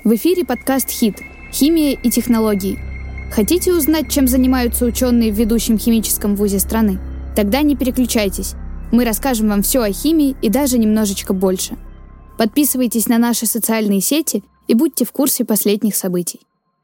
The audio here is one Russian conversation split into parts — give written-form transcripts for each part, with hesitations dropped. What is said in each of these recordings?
В эфире подкаст «Хит. Химия и технологии». Хотите узнать, чем занимаются ученые в ведущем химическом вузе страны? Тогда не переключайтесь. Мы расскажем вам все о химии и даже немножечко больше. Подписывайтесь на наши социальные сети и будьте в курсе последних событий.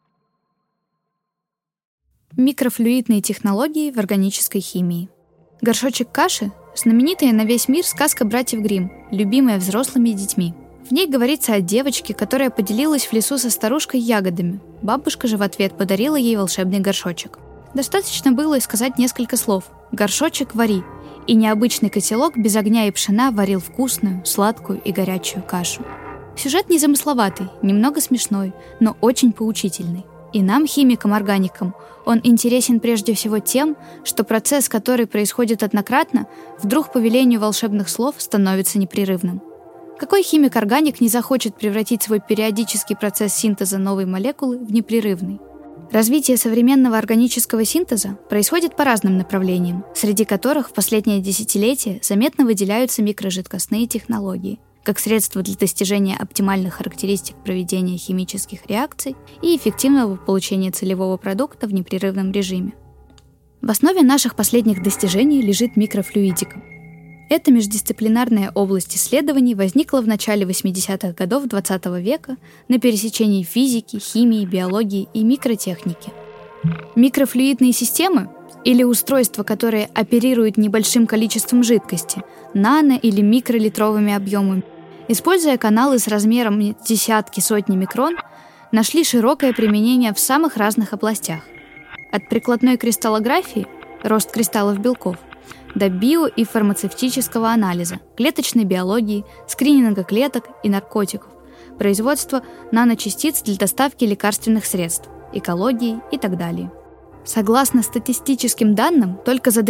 Микрофлюидные технологии в органической химии. Горшочек каши – знаменитая на весь мир сказка братьев Гримм, любимая взрослыми и детьми. В ней говорится о девочке, которая поделилась в лесу со старушкой ягодами. Бабушка же в ответ подарила ей волшебный горшочек. Достаточно было сказать несколько слов «горшочек, вари», и необычный котелок без огня и пшена варил вкусную, сладкую и горячую кашу. Сюжет незамысловатый, немного смешной, но очень поучительный. И нам, химикам-органикам, он интересен прежде всего тем, что процесс, который происходит однократно, вдруг по велению волшебных слов становится непрерывным. Какой химик-органик не захочет превратить свой периодический процесс синтеза новой молекулы в непрерывный? Развитие современного органического синтеза происходит по разным направлениям, среди которых в последнее десятилетие заметно выделяются микрожидкостные технологии, как средство для достижения оптимальных характеристик проведения химических реакций и эффективного получения целевого продукта в непрерывном режиме. В основе наших последних достижений лежит микрофлюидика. Эта междисциплинарная область исследований возникла в начале 80-х годов XX века на пересечении физики, химии, биологии и микротехники. Микрофлюидные системы, или устройства, которые оперируют небольшим количеством жидкости, нано- или микролитровыми объемами, используя каналы с размером десятки-сотни микрон, нашли широкое применение в самых разных областях. От прикладной кристаллографии, рост кристаллов белков, до био- и фармацевтического анализа, клеточной биологии, скрининга клеток и наркотиков, производства наночастиц для доставки лекарственных средств, экологии и так далее. Согласно статистическим данным, только за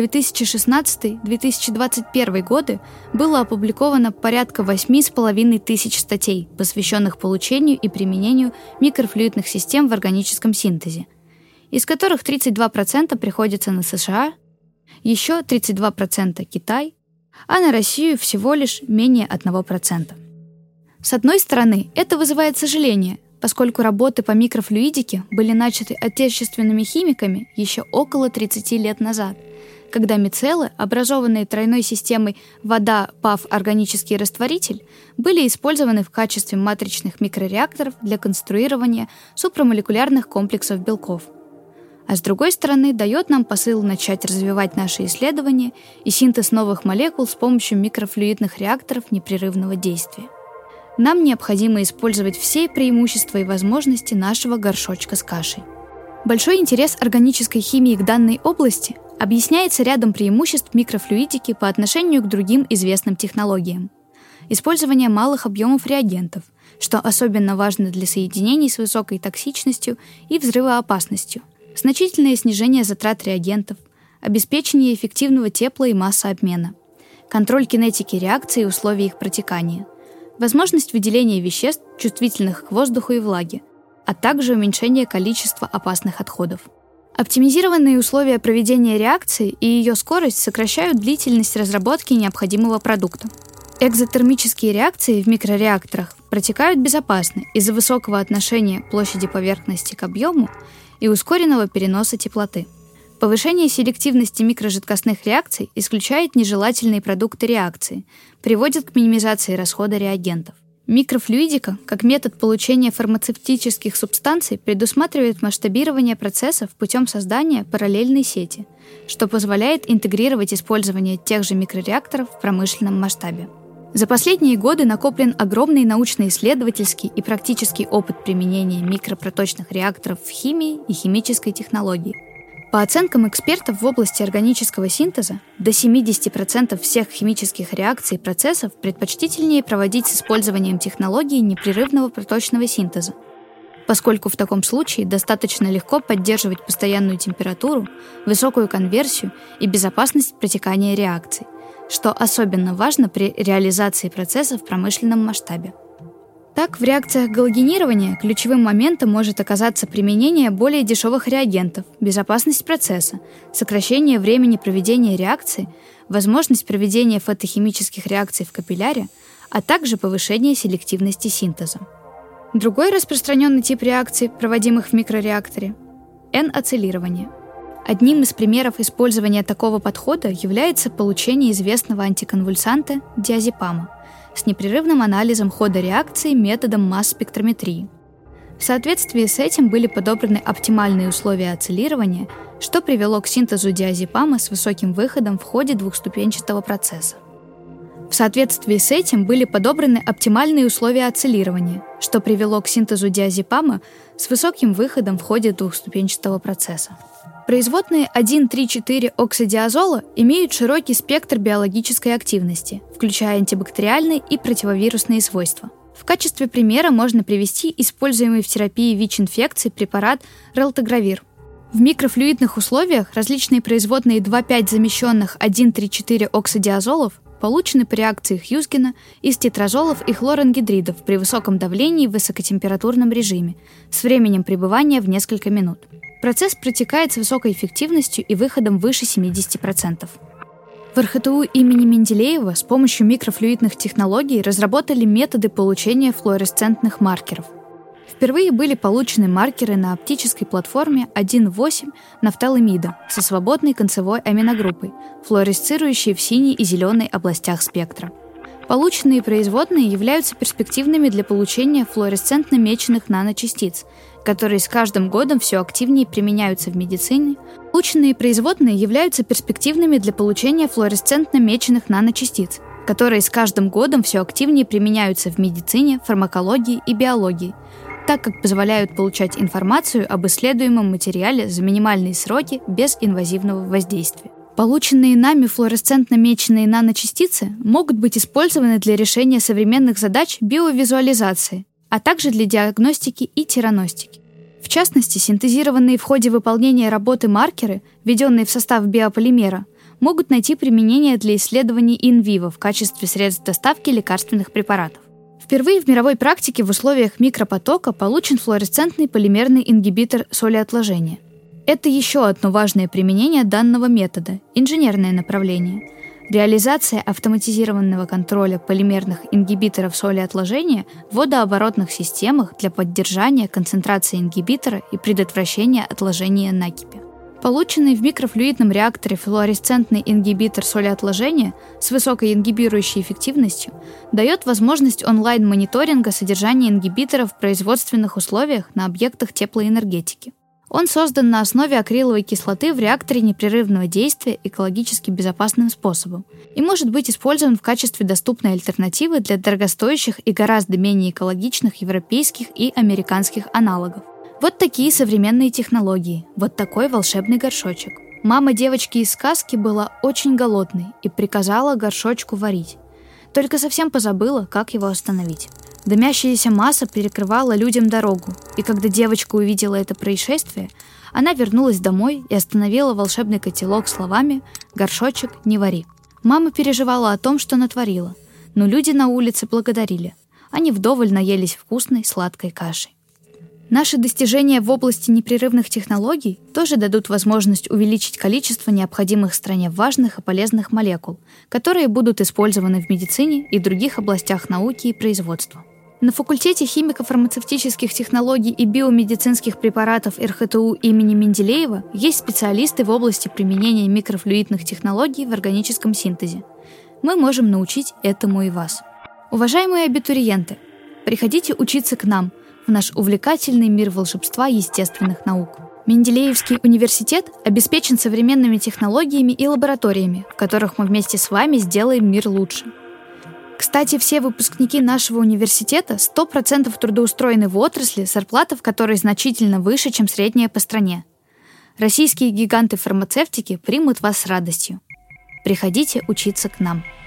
2016-2021 годы было опубликовано порядка 8,5 тысяч статей, посвященных получению и применению микрофлюидных систем в органическом синтезе, из которых 32% приходится на США, еще 32% Китай, а на Россию всего лишь менее 1%. С одной стороны, это вызывает сожаление, поскольку работы по микрофлюидике были начаты отечественными химиками еще около 30 лет назад, когда мицеллы, образованные тройной системой вода, ПАВ, органический растворитель, были использованы в качестве матричных микрореакторов для конструирования супрамолекулярных комплексов белков. А с другой стороны, дает нам посыл начать развивать наши исследования и синтез новых молекул с помощью микрофлюидных реакторов непрерывного действия. Нам необходимо использовать все преимущества и возможности нашего горшочка с кашей. Большой интерес органической химии к данной области объясняется рядом преимуществ микрофлюидики по отношению к другим известным технологиям. Использование малых объемов реагентов, что особенно важно для соединений с высокой токсичностью и взрывоопасностью, значительное снижение затрат реагентов, обеспечение эффективного тепло- и массообмена, контроль кинетики реакции и условий их протекания, возможность выделения веществ, чувствительных к воздуху и влаге, а также уменьшение количества опасных отходов. Оптимизированные условия проведения реакции и ее скорость сокращают длительность разработки необходимого продукта. Экзотермические реакции в микрореакторах протекают безопасно из-за высокого отношения площади поверхности к объему и ускоренного переноса теплоты. Повышение селективности микрожидкостных реакций исключает нежелательные продукты реакции, приводит к минимизации расхода реагентов. Микрофлюидика, как метод получения фармацевтических субстанций, предусматривает масштабирование процессов путем создания параллельной сети, что позволяет интегрировать использование тех же микрореакторов в промышленном масштабе. За последние годы накоплен огромный научно-исследовательский и практический опыт применения микропроточных реакторов в химии и химической технологии. По оценкам экспертов в области органического синтеза, до 70% всех химических реакций и процессов предпочтительнее проводить с использованием технологии непрерывного проточного синтеза, поскольку в таком случае достаточно легко поддерживать постоянную температуру, высокую конверсию и безопасность протекания реакций, что особенно важно при реализации процесса в промышленном масштабе. Так, в реакциях галогенирования ключевым моментом может оказаться применение более дешевых реагентов, безопасность процесса, сокращение времени проведения реакции, возможность проведения фотохимических реакций в капилляре, а также повышение селективности синтеза. Другой распространенный тип реакций, проводимых в микрореакторе – N-ацелирование. Одним из примеров использования такого подхода является получение известного антиконвульсанта диазепама с непрерывным анализом хода реакции методом масс-спектрометрии. В соответствии с этим были подобраны оптимальные условия ацелирования, что привело к синтезу диазепама с высоким выходом в ходе двухступенчатого процесса. В соответствии с этим были подобраны оптимальные условия ацелирования, что привело к синтезу диазепама с высоким выходом в ходе двухступенчатого процесса. Производные 1,3,4-оксидиазола имеют широкий спектр биологической активности, включая антибактериальные и противовирусные свойства. В качестве примера можно привести используемый в терапии ВИЧ-инфекций препарат релтагравир. В микрофлюидных условиях различные производные 2,5 замещенных 1,3,4-оксидиазолов получены по реакции Хьюзгена из тетразолов и хлорангидридов при высоком давлении в высокотемпературном режиме с временем пребывания в несколько минут. Процесс протекает с высокой эффективностью и выходом выше 70%. В РХТУ имени Менделеева с помощью микрофлюидных технологий разработали методы получения флуоресцентных маркеров. Впервые были получены маркеры на оптической платформе 1,8 нафталимида со свободной концевой аминогруппой, флуоресцирующей в синей и зеленой областях спектра. Полученные производные являются перспективными для получения флуоресцентно меченных наночастиц, которые с каждым годом все активнее применяются в медицине. Полученные производные являются перспективными для получения флуоресцентно меченных наночастиц, которые с каждым годом все активнее применяются в медицине, фармакологии и биологии, так как позволяют получать информацию об исследуемом материале за минимальные сроки без инвазивного воздействия. Полученные нами флуоресцентно меченные наночастицы могут быть использованы для решения современных задач биовизуализации, а также для диагностики и тираностики. В частности, синтезированные в ходе выполнения работы маркеры, введенные в состав биополимера, могут найти применение для исследований ин-виво в качестве средств доставки лекарственных препаратов. Впервые в мировой практике в условиях микропотока получен флуоресцентный полимерный ингибитор солеотложения. Это еще одно важное применение данного метода – инженерное направление. Реализация автоматизированного контроля полимерных ингибиторов солеотложения в водооборотных системах для поддержания концентрации ингибитора и предотвращения отложения накипи. Полученный в микрофлюидном реакторе флуоресцентный ингибитор солеотложения с высокой ингибирующей эффективностью дает возможность онлайн-мониторинга содержания ингибитора в производственных условиях на объектах теплоэнергетики. Он создан на основе акриловой кислоты в реакторе непрерывного действия экологически безопасным способом и может быть использован в качестве доступной альтернативы для дорогостоящих и гораздо менее экологичных европейских и американских аналогов. Вот такие современные технологии, вот такой волшебный горшочек. Мама девочки из сказки была очень голодной и приказала горшочку варить. Только совсем позабыла, как его остановить. Дымящаяся масса перекрывала людям дорогу, и когда девочка увидела это происшествие, она вернулась домой и остановила волшебный котелок словами «Горшочек, не вари». Мама переживала о том, что натворила, но люди на улице благодарили. Они вдоволь наелись вкусной сладкой кашей. Наши достижения в области непрерывных технологий тоже дадут возможность увеличить количество необходимых стране важных и полезных молекул, которые будут использованы в медицине и других областях науки и производства. На факультете химико-фармацевтических технологий и биомедицинских препаратов РХТУ имени Менделеева есть специалисты в области применения микрофлюидных технологий в органическом синтезе. Мы можем научить этому и вас. Уважаемые абитуриенты, приходите учиться к нам в наш увлекательный мир волшебства естественных наук. Менделеевский университет обеспечен современными технологиями и лабораториями, в которых мы вместе с вами сделаем мир лучше. Кстати, все выпускники нашего университета 100% трудоустроены в отрасли, зарплата в которой значительно выше, чем средняя по стране. Российские гиганты фармацевтики примут вас с радостью. Приходите учиться к нам.